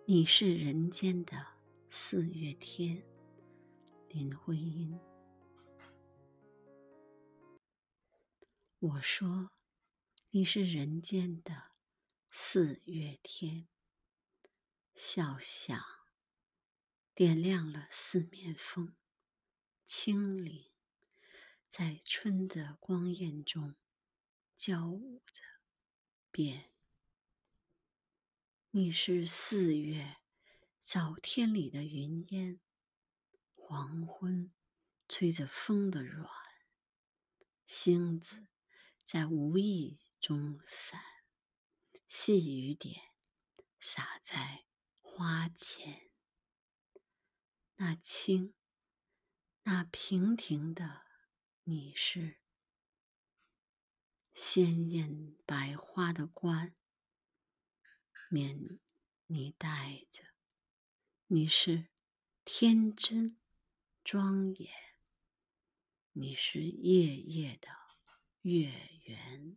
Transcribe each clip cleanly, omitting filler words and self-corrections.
你是人间的四月天，林徽因。我说你是人间的四月天，笑响点亮了四面风，清灵在春的光艳中交舞着变。你是四月早天里的云烟，黄昏吹着风的软，星子在无意中散，细雨点洒在花前。那清那平停的你是鲜艳百花的冠冕你戴着，你是天真庄严，你是夜夜的月圆。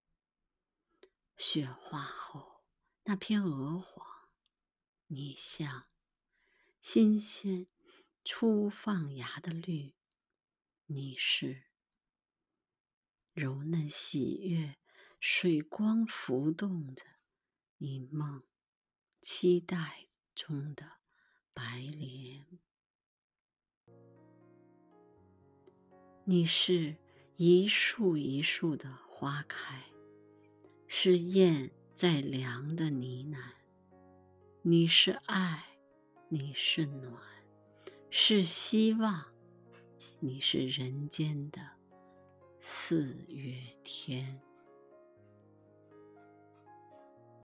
雪化后那片鹅黄，你像新鲜初放芽的绿，你是柔嫩喜悦水光浮动着一梦期待中的白莲。你是一树一树的花开，是燕在凉的呢喃。你是爱，你是暖，是希望，你是人间的四月天。